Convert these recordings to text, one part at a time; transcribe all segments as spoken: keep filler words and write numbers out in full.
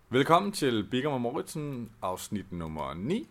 Velkommen til Bigum og Moritzen, afsnit nummer ni.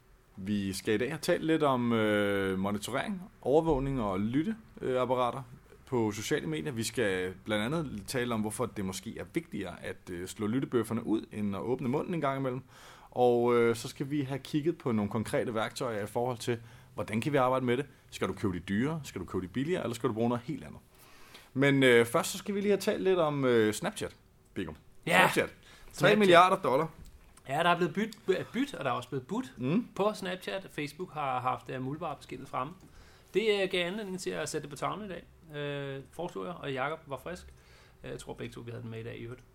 Vi skal i dag have talt lidt om øh, monitorering, overvågning og lytteapparater på sociale medier. Vi skal blandt andet tale om, hvorfor det måske er vigtigere at øh, slå lyttebøfferne ud, end at åbne munden en gang imellem. Og øh, så skal vi have kigget på nogle konkrete værktøjer i forhold til, hvordan kan vi arbejde med det? Skal du købe de dyre? Skal du købe de billigere? Eller skal du bruge noget helt andet? Men øh, først så skal vi lige have talt lidt om øh, Snapchat, Bigum. Ja. Snapchat. tre milliarder dollar. Ja, der er blevet byt, byt og der er også blevet budt Mm. på Snapchat. Facebook har haft uh, muldvarpeskiltet fremme. Det uh, gav anledning til at sætte det på tavlen i dag. Uh, foreslog jeg, og Jakob var frisk. Uh, jeg tror begge to, vi havde den med i dag i øvrigt.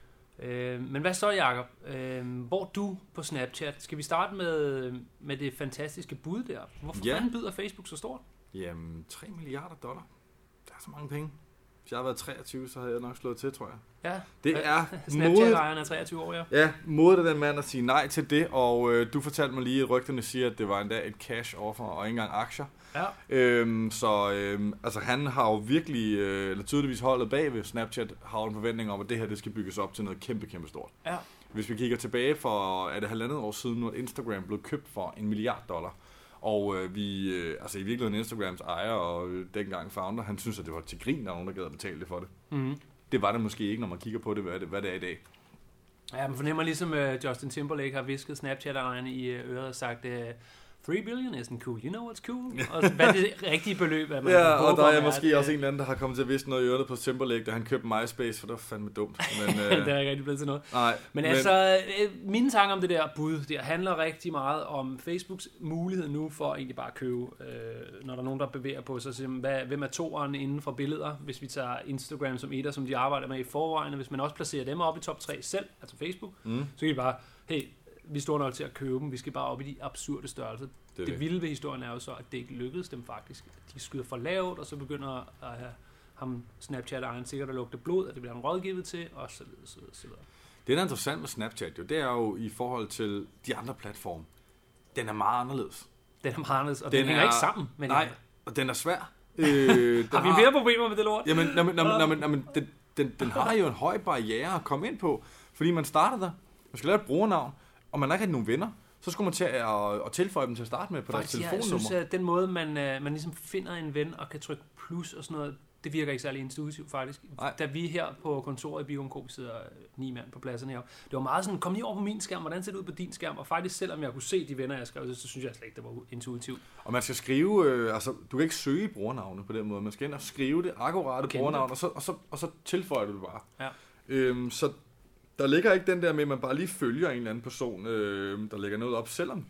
Uh, men hvad så, Jakob? Uh, hvor er du på Snapchat? Skal vi starte med, med det fantastiske bud der? Hvorfor Ja. fanden byder Facebook så stort? Jamen, tre milliarder dollar. Der er så mange penge. Hvis jeg havde været treogtyve, så havde jeg nok slået til, tror jeg. Ja, Det er modigt. Snapchat-ejeren er treogtyve år, ja. Ja, modigt af den mand at sige nej til det, og øh, du fortalte mig lige, at rygterne siger, at det var endda et cash offer og ikke engang aktier. Ja. Øhm, så øhm, altså, han har jo virkelig, øh, eller tydeligvis holdet bag ved Snapchat, har jo en forventning om, at det her det skal bygges op til noget kæmpe, kæmpe stort. Ja. Hvis vi kigger tilbage for, er det halvandet år siden, nu at Instagram blev købt for en milliard dollar. Og øh, vi, øh, altså i virkeligheden Instagrams ejer og øh, dengang founder, han synes, at det var til grin, der var nogen, der gad at betale det for det. Mm-hmm. Det var det måske ikke, når man kigger på det, hvad det, hvad det er i dag. Ja, man fornemmer ligesom uh, Justin Timberlake har visket Snapchat-ejeren i uh, øret og sagt, uh, three billion isn't cool, you know what's cool? Og hvad er det rigtige beløb, at man Ja, og håber, der er at måske det, også en eller anden, der har kommet til at viske noget i øret på Timberlake, da han købte MySpace, for det var fandme dumt. Men, øh, det er ikke rigtig blevet til noget. nej, Men, men altså, øh, mine tanker om det der bud, det handler rigtig meget om Facebooks mulighed nu for egentlig bare at købe, øh, når der er nogen, der bevæger på sig, så, hvad, hvem er toeren inden for billeder, hvis vi tager Instagram som etter, som de arbejder med i forvejen, og hvis man også placerer dem op i top tre selv, altså Facebook, mm, så kan de bare, hey, vi er store nok til at købe dem, vi skal bare op i de absurde størrelser. det, Det vilde ved historien er jo så, at det ikke lykkedes dem faktisk. De skyder for lavt, og så begynder at have ham Snapchat-ejeren sikkert at lugte blod, at det bliver han rådgivet til, og så videre, så videre, så videre. det, der er interessant med Snapchat, jo, det er jo i forhold til de andre platforme. Den er meget anderledes. Den er meget anderledes, og Den den, den hænger er- ikke sammen. Men Nej, og den er svær. Øh, den har vi mere problemer med det lort? Jamen, når man, når man, når man, når man, den, den, den har jo en høj barriere at komme ind på, fordi man starter der, man skal lave et brugernavn, og man har ikke rigtig nogen venner, så skulle man til at, at, at tilføje dem til at starte med på deres Faktisk, jeg telefonnummer. synes, at den måde, man, øh, man ligesom finder en ven og kan trykke plus og sådan noget, det virker ikke særlig intuitivt faktisk. Nej. Da vi her på kontoret i Bigum Co, vi sidder ni mand på pladserne her, det var meget sådan, kom lige over på min skærm, hvordan ser det ud på din skærm? Og faktisk, selvom jeg kunne se de venner, jeg skrev, så synes jeg slet ikke, det var intuitivt. Og man skal skrive, øh, altså du kan ikke søge brugernavne på den måde, man skal ind og skrive det akkurate Okay, brugernavn, og så, og, så, og så tilføjer du det bare. Ja. Øhm, så der ligger ikke den der med, at man bare lige følger en eller anden person, øh, der lægger noget op, selvom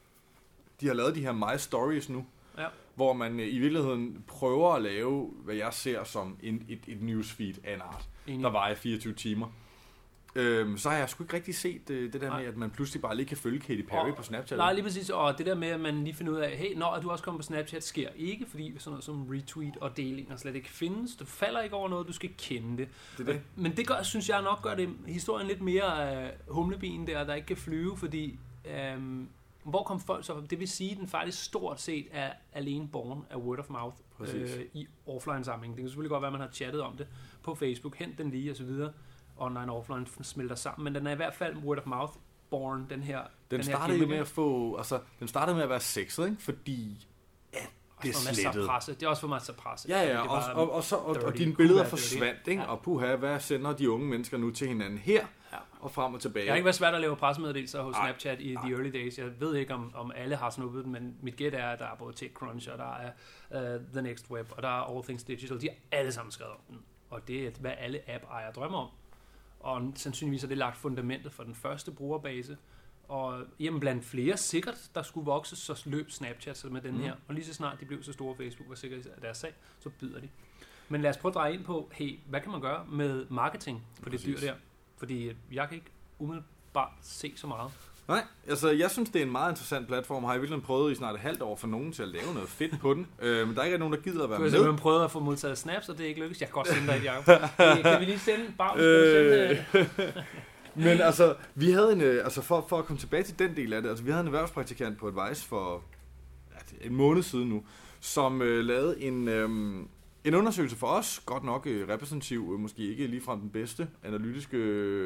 de har lavet de her My Stories nu, Ja. hvor man øh, i virkeligheden prøver at lave, hvad jeg ser som en, et, et newsfeed af en art, Enig. der varer fireogtyve timer. Øhm, så har jeg sgu ikke rigtig set øh, det der Nej. med, at man pludselig bare lige kan følge Katy Perry Og- på Snapchat. Nej, lige præcis. Og det der med, at man lige finder ud af, hey, når du også kommer på Snapchat, sker ikke, fordi sådan noget som retweet og delinger slet ikke findes. Du falder ikke over noget, du skal kende det. Det er det. Men det gør, synes jeg nok gør det historien lidt mere øh, humlebien der, der ikke kan flyve, fordi øh, hvor kom folk så? Det vil sige, at den faktisk stort set er alene born af word of mouth øh, i offline-sammenhæng. Det kan selvfølgelig godt være, at man har chattet om det på Facebook, hent den lige og så videre. Online og offline smelter sammen, men den er i hvert fald word of mouth born, den her. Den, den startede her jo med at få, altså, den startede med at være sexet, ikke? Fordi ja, det er slettet. Presse. Det er også for masser af presse. Ja, ja, Det og, var og, og, så, og, og dirty. dine billeder Puha, dirty. forsvandt, ikke? Ja. Og puha, hvad sender de unge mennesker nu til hinanden her, Ja. og frem og tilbage? Det har ikke været svært at lave pressemeddelelser hos Nej. Snapchat i Nej. the early days. Jeg ved ikke, om, om alle har snuppet den, men mit gæt er, at der er både TechCrunch, og der er uh, The Next Web, og der er All Things Digital. De har alle sammen skrevet om den. Og det er, hvad alle app-ejere drømmer om. Og sandsynligvis er det lagt fundamentet for den første brugerbase. Og jamen blandt flere sikkert, der skulle vokse, så løb Snapchat så med den Mm. her. Og lige så snart de blev så store, Facebook var sikkert af deres sag, så byder de. Men lad os prøve at dreje ind på, hey, hvad kan man gøre med marketing på det dyr Præcis. der? Fordi jeg kan ikke umiddelbart se så meget. Nej, altså jeg synes, det er en meget interessant platform. Har jeg virkelig prøvet i snart et halvt år for nogen til at lave noget fedt på den. Øh, men der er ikke nogen, der gider at være Du har med. simpelthen prøvet at få modtaget snaps, og det er ikke lykkedes. Jeg kan godt sende dig et, Jacob. Kan vi lige sende Bavs? Øh. Øh. Men altså, vi havde en, øh, altså for, for at komme tilbage til den del af det, altså vi havde en erhvervspraktikant på Advice for ja, en måned siden nu, som øh, lavede en, øh, en undersøgelse for os, godt nok øh, repræsentativ, øh, måske ikke ligefrem den bedste analytiske øh,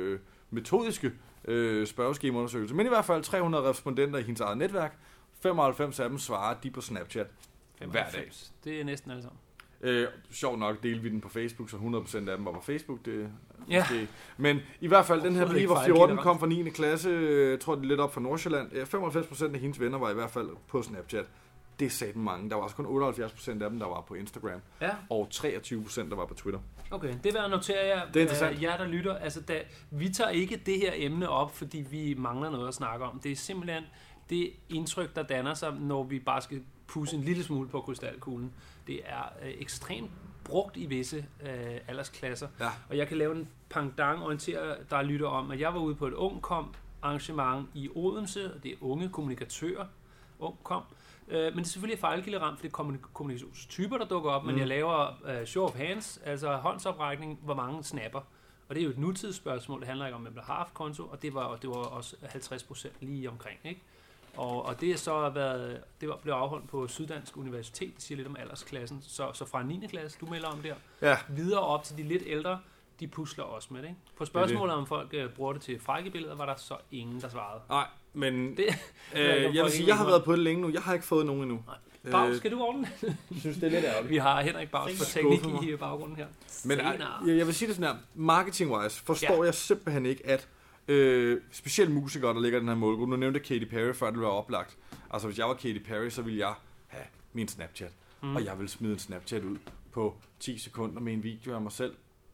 metodiske øh, spørgeskemaundersøgelse. Men i hvert fald tre hundrede respondenter i hendes eget netværk. femoghalvfems af dem svarer de på Snapchat hver dag. Det er næsten alle sammen. Øh, sjovt nok delte vi den på Facebook, så hundrede procent af dem var på Facebook. Det, ja. måske. Men i hvert fald, den her pige var fjorten, kom fra niende klasse, jeg tror det er lidt op fra Nordsjælland. femoghalvfems procent af hendes venner var i hvert fald på Snapchat. Det sagde den mange. Der var også kun otteoghalvfjerds procent af dem, der var på Instagram. Ja. Og treogtyve procent, der var på Twitter. Okay, det vil jeg notere jer, det er interessant. Øh, jer der lytter. Altså, da, vi tager ikke det her emne op, fordi vi mangler noget at snakke om. Det er simpelthen det indtryk, der danner sig, når vi bare skal pusse en lille smule på krystalkuglen. Det er øh, ekstremt brugt i visse øh, aldersklasser. Ja. Og jeg kan lave en pendant orientere, der lytter om, at jeg var ude på et ungkom arrangement i Odense, og det er unge kommunikatører, ungkom. Øh, men det er selvfølgelig fejlkilderramt, for det er kommunikationstyper, der dukker op, mm. men jeg laver øh, show of hands, altså håndsoprækning, hvor mange snapper. Og det er jo et nutidsspørgsmål, det handler ikke om, hvem der har haft konto, og det var, det var også halvtreds procent lige omkring, ikke? Og, og det er så været, det var, blev afholdt på Syddansk Universitet, det siger lidt om aldersklassen, så, så fra niende klasse, du melder om der, ja. Videre op til de lidt ældre, de pusler også med det, ikke? På spørgsmålet om folk uh, bruger det til frække billeder, var der så ingen, der svarede. Nej, men det, øh, jeg vil sige, jeg har været på det længe nu, jeg har ikke fået nogen endnu. Nej. Bag, skal du ordne? Jeg synes, det er lidt ærgerligt. Vi har Henrik Bags for teknik i baggrunden her. Men jeg, jeg vil sige det sådan her, marketing-wise forstår ja. jeg simpelthen ikke, at Øh, specielt musikere, der ligger i den her målgruppe. Nu nævnte Katy Perry, før det var oplagt. Altså, hvis jeg var Katy Perry, så ville jeg have min Snapchat. Mm. Og jeg ville smide en Snapchat ud på ti sekunder med en video af mig selv.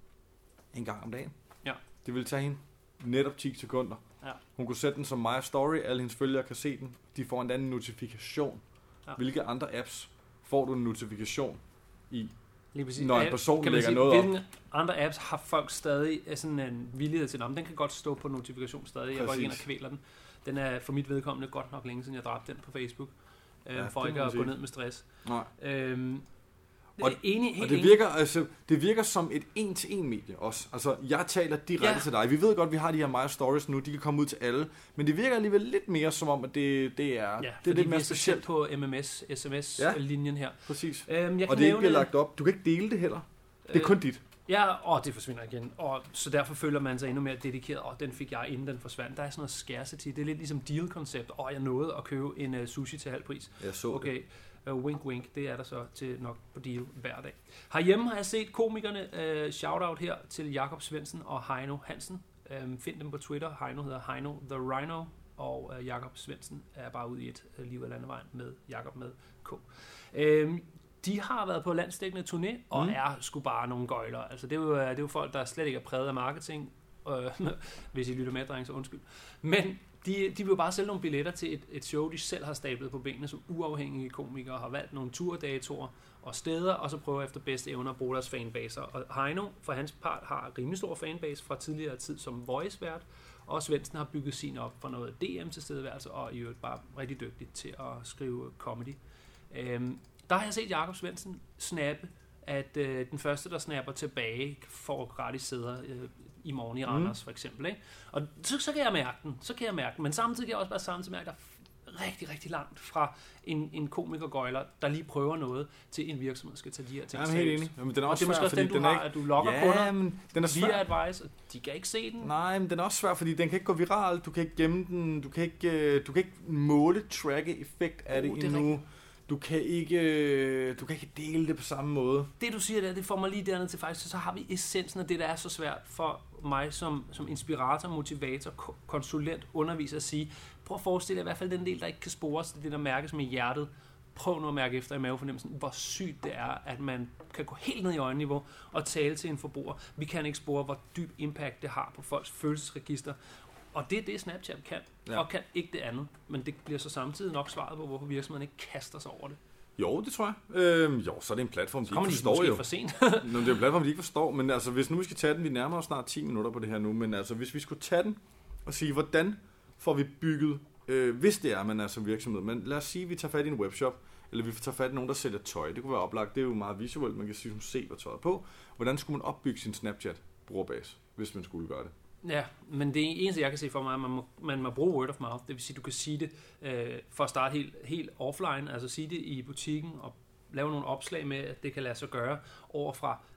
En gang om dagen. Ja. Det ville tage hende netop ti sekunder. Ja. Hun kunne sætte den som my story. Alle hendes følgere kan se den. De får en anden notifikation. Ja. Hvilke andre apps får du en notifikation i? Lige præcis. Når en person lægger sige, noget op. Hvilke andre apps har folk stadig sådan en villighed til? Den kan godt stå på notifikation stadig. Jeg går ikke ind og kvæler den. Den er for mit vedkommende godt nok længe siden jeg dræbte den på Facebook. Ja, øh, for ikke at sige. Gå ned med stress. Nej. Øhm, og, enig, og det virker altså det virker som et en-til-en medie også. Altså jeg taler direkte ja. til dig. Vi ved godt vi har de her My Stories nu, de kan komme ud til alle, men det virker alligevel lidt mere som om at det det er ja, det er lidt mere specielt på M M S S M S ja. linjen her. Præcis. Øhm, jeg og det ikke bliver lagt op. Du kan ikke dele det heller. Det er øh, kun dit. Ja, og det forsvinder igen. Og så derfor føler man sig endnu mere dedikeret. Og den fik jeg, inden den forsvandt. Der er sådan noget scarcity. Det er lidt ligesom deal-koncept. Og jeg nåede at købe en uh, sushi til halv pris. Jeg så okay. Uh, wink, wink. Det er der så til nok på deal hver dag. Herhjemme har jeg set komikerne. Uh, shout-out her til Jakob Svendsen og Heino Hansen. Um, find dem på Twitter. Heino hedder Heino the Rhino. Og uh, Jakob Svendsen er bare ude i et uh, liv af landevejen med Jakob med K. Um, De har været på landsdækkende turné, og mm. er sgu bare nogle gøjler. Altså, det er, jo, det er jo folk, der slet ikke er præget af marketing. Øh, hvis I lytter med, dreng, så undskyld. Men de, de vil jo bare sælge nogle billetter til et, et show, de selv har stablet på benene som uafhængige komikere, har valgt nogle turdatorer og steder, og så prøver efter bedste evner at bruge deres fanbaser. Og Heino, for hans part, har rimelig stor fanbase fra tidligere tid som voice-vært, og Svendsen har bygget sin op for noget D M til stedeværelse, og i øvrigt bare rigtig dygtig til at skrive comedy. Øhm, Der har jeg set Jakob Svendsen snappe, at øh, den første, der snapper tilbage, får gratis sæder øh, i morgen i Randers, mm. for eksempel. Ikke? Og så, så kan jeg mærke den. Så kan jeg mærke den. Men samtidig kan jeg også bare samtidig mærke, at der er rigtig, rigtig langt fra en, en komikergøjler, der lige prøver noget, til en virksomhed skal tage de her ting. Jeg er helt enig. Jamen, den er også og det er måske også den, du den har, ikke... at du lokker ja, kunder men den er svær. via advice, og de kan ikke se den. Nej, men den er også svær, fordi den kan ikke gå viralt. Du kan ikke gemme den. Du kan ikke, du kan ikke måle, tracke effekt af oh, det, det endnu. Du kan ikke, du kan ikke dele det på samme måde. Det du siger der, det får mig lige dernede til faktisk, så har vi essensen af det, der er så svært for mig som, som inspirator, motivator, konsulent, underviser at sige, prøv at forestille dig i hvert fald den del, der ikke kan spores, det der mærkes med hjertet. Prøv nu at mærke efter i mavefornemmelsen, hvor sygt det er, at man kan gå helt ned i øjenniveau og tale til en forbruger. Vi kan ikke spore, hvor dyb impact det har på folks følelsesregister. Og det er det, Snapchat kan, ja. Og kan ikke det andet. Men det bliver så samtidig nok svaret på, hvorfor virksomheden ikke kaster sig over det. Jo, det tror jeg. Øhm, jo, så er det en platform, de ikke forstår jo. For sent. Nå, det er en platform, de ikke forstår. Men altså, hvis nu vi skal tage den, vi nærmer os snart ti minutter på det her nu, men altså, hvis vi skulle tage den og sige, hvordan får vi bygget, øh, hvis det er, man er som virksomhed. Men lad os sige, at vi tager fat i en webshop, eller vi tager fat i nogen, der sælger tøj. Det kunne være oplagt. Det er jo meget visuelt. Man kan sige, se, hvad tøjet er på. Hvordan skulle man opbygge sin Snapchat-brugerbase, hvis man skulle gøre det? Ja, men det eneste, jeg kan se for mig, er, at man må, man må bruge word of mouth. Det vil sige, at du kan sige det øh, for at starte helt, helt offline, altså sige det i butikken og lave nogle opslag med, at det kan lade sig gøre over fra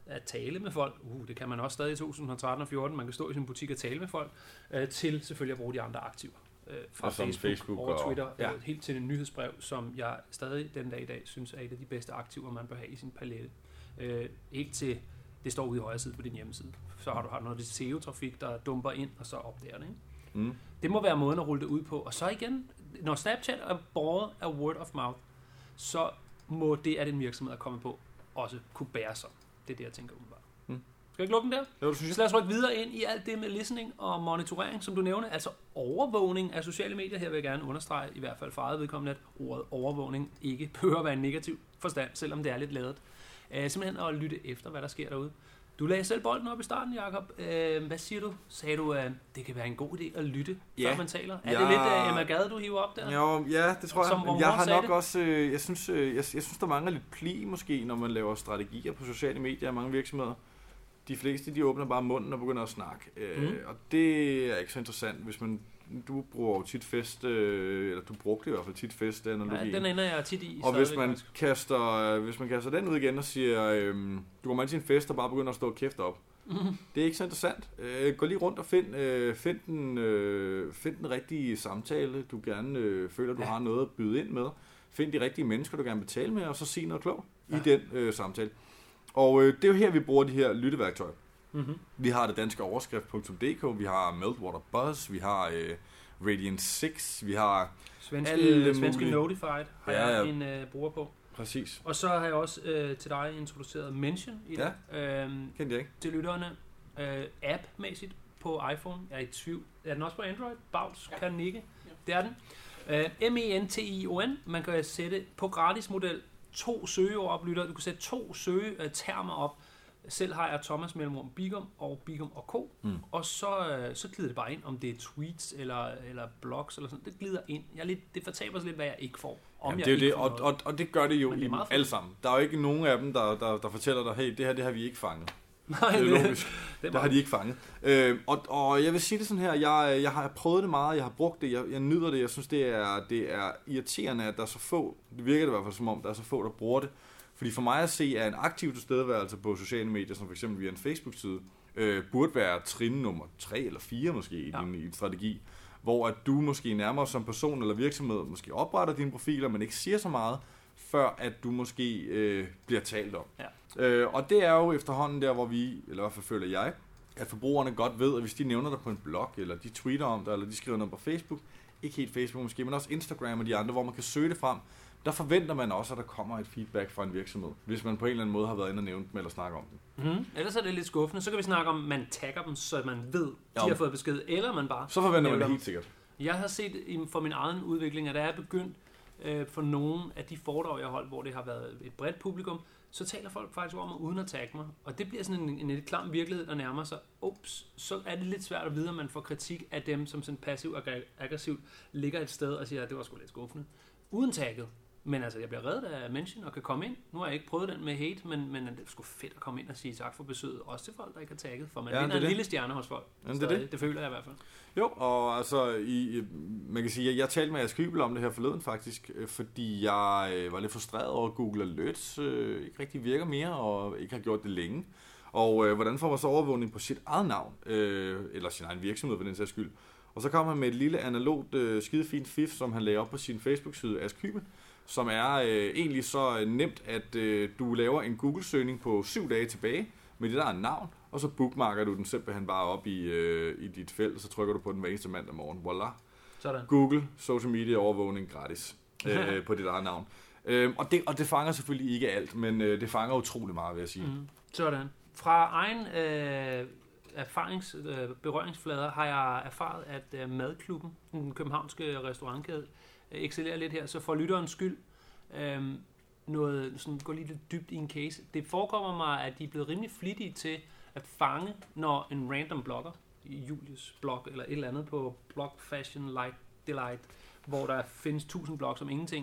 at tale med folk, uh, det kan man også stadig i to tusind og tretten og fjorten, man kan stå i sin butik og tale med folk, øh, til selvfølgelig at bruge de andre aktiver. Øh, fra Facebook, Facebook over Twitter, og, ja. øh, helt til en nyhedsbrev, som jeg stadig den dag i dag synes er et af de bedste aktiver, man bør have i sin palette. Øh, helt til, det står ude i højre side på din hjemmeside. Så har du har noget af det S E O-trafik, der dumper ind, og så opdager det. Ikke? Mm. Det må være måden at rulle det ud på. Og så igen, når Snapchat er båret af word of mouth, så må det, at en virksomhed er kommet på, også kunne bære sig. Det er det, jeg tænker umiddelbart. Mm. Skal jeg ikke lukke den der? Jo, det synes jeg. Så lad os rykke videre ind i alt det med listening og monitorering, som du nævner. Altså overvågning af sociale medier. Her vil jeg gerne understrege, i hvert fald for eget vedkommende, at ordet overvågning ikke behøver at være en negativ forstand, selvom det er lidt ladet. Uh, simpelthen at lytte efter, hvad der sker derude. Du lagde selv bolden op i starten, Jacob. Uh, hvad siger du? Sagde du, at uh, det kan være en god idé at lytte, ja. før man taler? Er ja. det lidt uh, Emma Gade, du hiver op der? Jo, ja, det tror jeg. Som, jeg har nok det? også, øh, jeg, synes, øh, jeg, jeg synes, der mangler lidt pli måske, når man laver strategier på sociale medier af mange virksomheder. De fleste, de åbner bare munden og begynder at snakke. Mm. Øh, og det er ikke så interessant, hvis man... Du bruger jo tit fest, øh, eller du brugte i hvert fald tit fest, den ja, den ender jeg tit i. Og hvis man, kaster, hvis man kaster den ud igen og siger, øh, du kommer ind til en fest og bare begynder at stå og kæfte op. Mm. Det er ikke så interessant. Øh, gå lige rundt og find, øh, find, den, øh, find den rigtige samtale, du gerne øh, føler, du ja. har noget at byde ind med. Find de rigtige mennesker, du gerne vil tale med, og så sig noget klogt ja. i den øh, samtale. Og øh, det er jo her, vi bruger de her lytteværktøjer. Mm-hmm. Vi har det danske overskrift punktum d k, vi har Meltwater Buzz, vi har øh, Radiant seks, vi har svenske, svenske Notified har ja, jeg en øh, bruger på. Præcis. Og så har jeg også øh, til dig introduceret Mention i det. Ja, øhm, kendte jeg ikke. Til lytterne. Øh, app-mæssigt på iPhone. Jeg er i tvivl. Er den også på Android? Bounce ja. kan den ikke. Ja. Det er den. Øh, M E N T I O N. Man kan sætte på gratis model to søgeord op, lytter. Du kan sætte to søgetermer op. Selv har jeg Thomas mellemrum Bigum og Bigum og K. Mm. Og så, så glider det bare ind, om det er tweets eller, eller blogs eller sådan. Det glider ind. Jeg lidt, det fortaber sig lidt, hvad jeg ikke får. Om Jamen, jeg det er ikke det, og, og, og det gør det jo det alle sammen. Der er jo ikke nogen af dem, der, der, der fortæller dig, hey, det her det har vi ikke fanget. Nej, det er logisk. Det, det har de ikke fanget. Øh, og, og jeg vil sige det sådan her, jeg, jeg har prøvet det meget, jeg har brugt det, jeg, jeg nyder det, jeg synes, det er, det er irriterende, at der er så få, det virker det i hvert fald som om, der er så få, der bruger det. Fordi for mig at se, at en aktiv tilstedeværelse på sociale medier, som f.eks. via en Facebook-side, øh, burde være trin nummer tre eller fire måske i, ja. din, i din strategi. Hvor at du måske nærmere som person eller virksomhed måske opretter dine profiler, men ikke siger så meget, før at du måske øh, bliver talt om. Ja. Øh, og det er jo efterhånden der, hvor vi, eller i hvert fald føler jeg, at forbrugerne godt ved, at hvis de nævner dig på en blog, eller de tweeter om dig, eller de skriver noget på Facebook, ikke helt Facebook måske, men også Instagram og de andre, hvor man kan søge det frem, der forventer man også, at der kommer et feedback fra en virksomhed, hvis man på en eller anden måde har været inde og nævnt dem eller snakket om dem. Mm. Ellers er det lidt skuffende. Så kan vi snakke om, at man tagger dem, så man ved, de jo. har fået besked, eller man bare... Så forventer man det helt sikkert. Jeg har set for min egen udvikling, at der er begyndt øh, for nogle af de foredrag, jeg har holdt, hvor det har været et bredt publikum, så taler folk faktisk om mig uden at tagge mig. Og det bliver sådan en, en lidt klam virkelighed, der nærmer sig. Ups, så er det lidt svært at vide, at man får kritik af dem, som sådan passivt og aggressivt ligger et sted og siger, at det var sgu lidt skuffende. Uden tagget. Men altså, jeg bliver reddet af Mention og kan komme ind. Nu har jeg ikke prøvet den med hate, men, men det er sgu fedt at komme ind og sige tak for besøget. Også til folk, der ikke har tagget, for man ja, vinder en det. lille stjerne hos folk. Jamen, det, det. det føler jeg i hvert fald. Jo, og altså, i, man kan sige, jeg, jeg talte med Ask Hybel om det her forleden faktisk, fordi jeg var lidt frustreret over, at Google Alerts øh, ikke rigtig virker mere, og ikke har gjort det længe. Og øh, hvordan får man så overvågning på sit eget navn, øh, eller sin egen virksomhed for den sags skyld. Og så kom han med et lille analogt øh, skidefint fif, som han lagde op på sin Facebook-side, Ask Hybel, som er øh, egentlig så nemt, at øh, du laver en Google-søgning på syv dage tilbage med det der navn, og så bookmarker du den simpelthen bare op i, øh, i dit felt, og så trykker du på den hver eneste mandag morgen. Voilà. Sådan. Google, social media overvågning gratis øh, på dit eget navn. Øh, og, det, og det fanger selvfølgelig ikke alt, men øh, det fanger utrolig meget, vil jeg sige. Mm. Sådan. Fra egen øh, erfarings, øh, berøringsflader har jeg erfaret, at øh, Madklubben, den københavnske restaurantkæde, excellerer lidt her, så for lytterens skyld øhm, noget, sådan, gå lige lidt dybt i en case. Det forekommer mig, at de er blevet rimelig flittige til at fange, når en random blogger, Julius blog eller et eller andet på Blog Fashion Like Delight, hvor der findes tusind blogs om ingenting,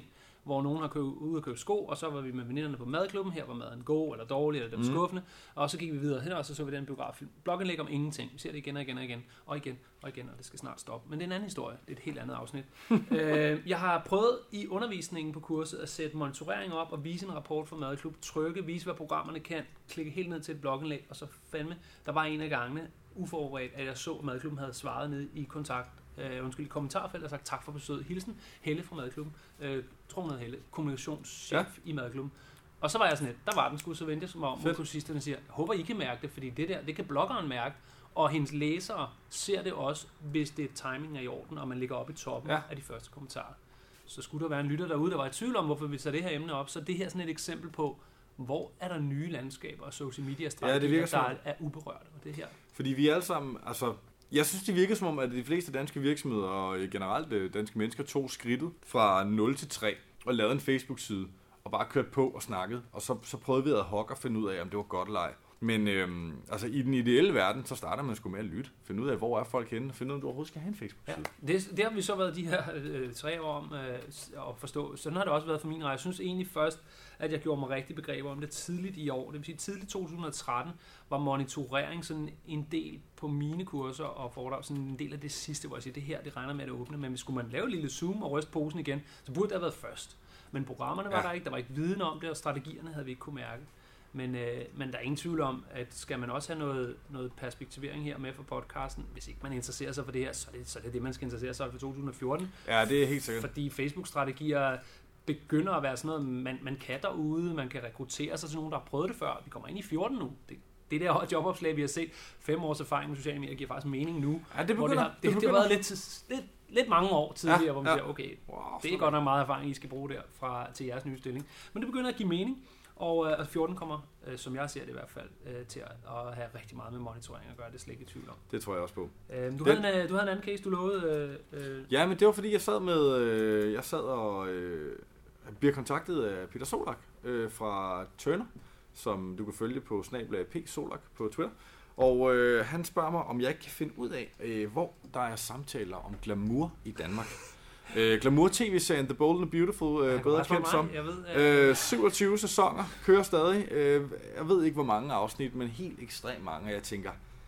hvor nogen har købt, ude at købe sko, og så var vi med veninderne på madklubben. Her var maden god eller dårlig, eller det var skuffende. Og så gik vi videre hen, og så så vi den biograffilm. Blogindlæg om ingenting. Vi ser det igen og igen og igen, og igen og igen, og det skal snart stoppe. Men det er en anden historie. Det er et helt andet afsnit. øh, jeg har prøvet i undervisningen på kurset at sætte monitorering op og vise en rapport fra madklub, trykke, vise hvad programmerne kan, klikke helt ned til et blogindlæg, og så fandme, der var en af gangene uforberedt, at jeg så, at madklubben havde svaret ned i kontakt, øh, undskyld, i kommentarfeltet og sagt tak for besøget. Hilsen, Helle fra madklubben. Øh, tror hun hed Helle, kommunikationschef ja. i madklubben. Og så var jeg sådan lidt, der var den sgu, så vendte jeg som om, hvor kursisterne siger, jeg håber I kan mærke det, fordi det der, det kan bloggeren mærke, og hendes læsere ser det også, hvis det timing er i orden, og man ligger oppe i toppen ja. af de første kommentarer. Så skulle der være en lytter derude, der var i tvivl om, hvorfor vi tager det her emne op, så det her er sådan et eksempel på, hvor er der nye landskaber og social media strategier, ja, der er, er uberørt og det her. Fordi vi alle sammen, altså, jeg synes det virker som om, at de fleste danske virksomheder og generelt danske mennesker tog skridtet fra nul til tre og lavede en Facebook-side og bare kørte på og snakkede, og så, så prøvede vi at hokke og finde ud af, om det var godt eller ej. Men øhm, altså, i den ideelle verden, så starter man sgu med at lytte. Finde ud af, hvor er folk henne, og finde ud af, om du overhovedet skal have en Facebook-side. Ja, det, det har vi så været de her øh, tre år om øh, at forstå. Sådan har det også været for min rejse. Jeg synes egentlig først, at jeg gjorde mig rigtig begreber om det tidligt i år. Det vil sige, tidligt to tusind og tretten var monitorering sådan en del på mine kurser og foredrag, sådan en del af det sidste, hvor jeg siger, det her, det regner med at åbne. Men skulle man lave et lille zoom og ryste posen igen, så burde det have været først. Men programmerne var ja. der ikke, der var ikke viden om det, og strategierne havde vi ikke kunne mærke. Men, øh, men der er ingen tvivl om, at skal man også have noget, noget perspektivering her med for podcasten, hvis ikke man interesserer sig for det her, så er det så er det, det, man skal interessere sig for to tusind og fjorten. Ja, det er helt sikkert. Fordi Facebook-strategier begynder at være sådan noget, man, man kan derude, man kan rekruttere sig til nogen, der har prøvet det før. Vi kommer ind i fjorten nu. Det, det der jobopslag, vi har set, fem års erfaring med sociale medier, giver faktisk mening nu. Ja, det begynder. Det har, det, det, det har været lidt, lidt, lidt mange år tidligere, ja, hvor man ja. siger, okay, wow, det er godt nok meget erfaring, I skal bruge der fra, til jeres nye stilling. Men det begynder at give mening. Og øh, fjorten kommer, øh, som jeg ser det i hvert fald, øh, til at, at have rigtig meget med monitorering at gøre. Det er slet ikke i tvivl om. Det tror jeg også på. Øh, du, havde en, du havde en anden case, du lovede. Øh, øh. Ja, men det var fordi, jeg sad med, øh, jeg sad og øh, bliver kontaktet af Peter Solak øh, fra Turner, som du kan følge på snabel-a p solak på Twitter. Og øh, han spørger mig, om jeg ikke kan finde ud af, øh, hvor der er samtaler om glamour i Danmark. Uh, Glamour-tv-serien The Bold and the Beautiful, uh, bedre kendt som. Uh, syvogtyve sæsoner, kører stadig. Uh, jeg ved ikke, hvor mange afsnit, men helt ekstremt mange. Og jeg tænker,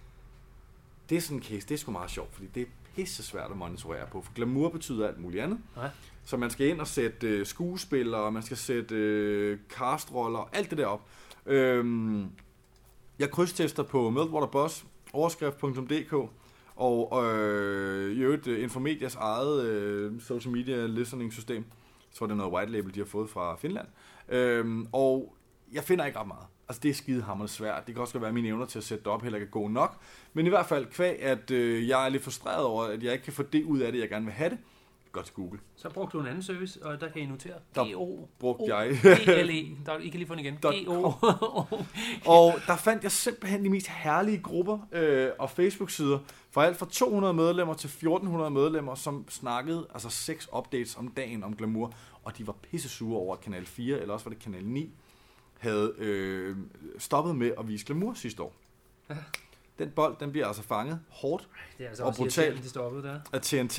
det er sådan en case, det er sgu meget sjovt, fordi det er pisse svært at monitorere på. For glamour betyder alt muligt andet. Ja. Så man skal ind og sætte uh, skuespillere, man skal sætte uh, castroller, alt det der op. Uh, jeg krydstester på Meltwater Boss, overskrift punktum d k. Og øh, i øvrigt uh, Infomedias eget øh, social media listening system. Jeg tror, det er noget white label, de har fået fra Finland. Øhm, og jeg finder ikke ret meget. Altså, det er skidehammerende svært. Det kan også være, at mine evner til at sætte det op heller ikke er gode nok. Men i hvert fald, kvæg, at øh, jeg er lidt frustreret over, at jeg ikke kan få det ud af det, jeg gerne vil have det. Gå til Google. Så brugte du en anden service, og der kan I notere. G O brugte jeg. G L E. Der, I kan lige få den igen. G O Og der fandt jeg simpelthen de mest herlige grupper øh, og Facebook-sider fra alt fra to hundrede medlemmer til fjorten hundrede medlemmer, som snakkede altså seks updates om dagen om glamour. Og de var pisse sure over, at Kanal fire, eller også var det Kanal ni, havde øh, stoppet med at vise glamour sidste år. Ja. Den bold, den bliver altså fanget hårdt det er altså og brutalt de stoppede der. af T N T.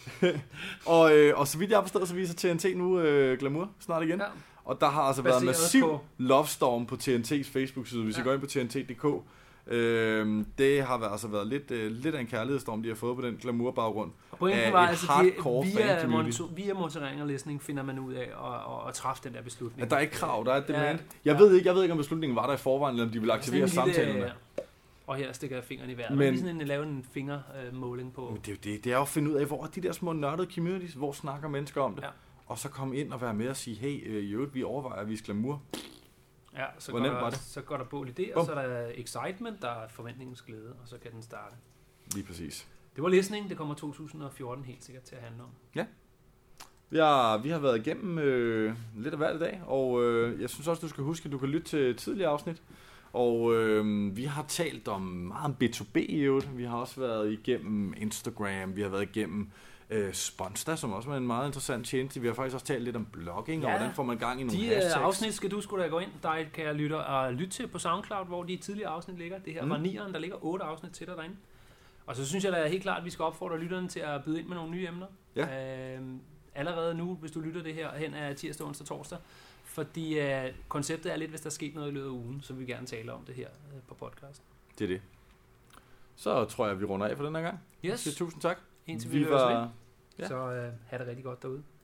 og, øh, og så vidt jeg har forstået, så viser T N T nu øh, glamour snart igen. Ja. Og der har altså Baseret været massiv på love storm på T N T's Facebook-side, hvis ja. I går ind på T N T punktum d k. Øh, det har været, altså været lidt, øh, lidt af en kærlighedsstorm, de har fået på den glamour-baggrund. Og pointen var altså, de, via, monitor, via monitorering og læsning finder man ud af at, at, at træffe den der beslutning. At der er ikke krav, der er et demand. Ja, jeg, ja. ved ikke, jeg ved ikke, om beslutningen var der i forvejen, eller om de ville aktivere samtalen. Ja. Og her stikker jeg fingeren i vejret. Men lige sådan en, lave en fingermåling på. Men det er jo det. Det er jo at finde ud af, hvor er de der små nørdede communities, hvor snakker mennesker om det. Ja. Og så komme ind og være med og sige, hey, jo, vi overvejer at vise glamour. Ja, så går, der, så går der bål i det, og så er der excitement, der er forventningens glæde, og så kan den starte. Lige præcis. Det var læsning, det kommer to tusind og fjorten helt sikkert til at handle om. Ja. Vi har, vi har været igennem øh, lidt af hvert i dag, og øh, jeg synes også, du skal huske, at du kan lytte til tidligere afsnit. Og øh, vi har talt om meget om B to B i øvrigt. Vi har også været igennem Instagram, vi har været igennem øh, Sponsor, som også var en meget interessant tjeneste. Vi har faktisk også talt lidt om blogging, ja, og hvordan får man gang i nogle de hashtags. De afsnit skal du sgu da gå ind, der kan jeg lytte, og lytte til på SoundCloud, hvor de tidligere afsnit ligger. Det her mm. var nieren, der ligger otte afsnit til dig derinde. Og så synes jeg da helt klart, at vi skal opfordre lytterne til at byde ind med nogle nye emner. Ja. Øh, allerede nu, hvis du lytter det her hen af tirsdag, onsdag, torsdag. Fordi uh, konceptet er lidt, hvis der er sket noget i løbet af ugen, så vil vi gerne tale om det her uh, på podcasten. Det er det. Så tror jeg, vi runder af for den her gang. Yes. Så tusind tak. Indtil vi, vi var... Ja. Så uh, have det rigtig godt derude.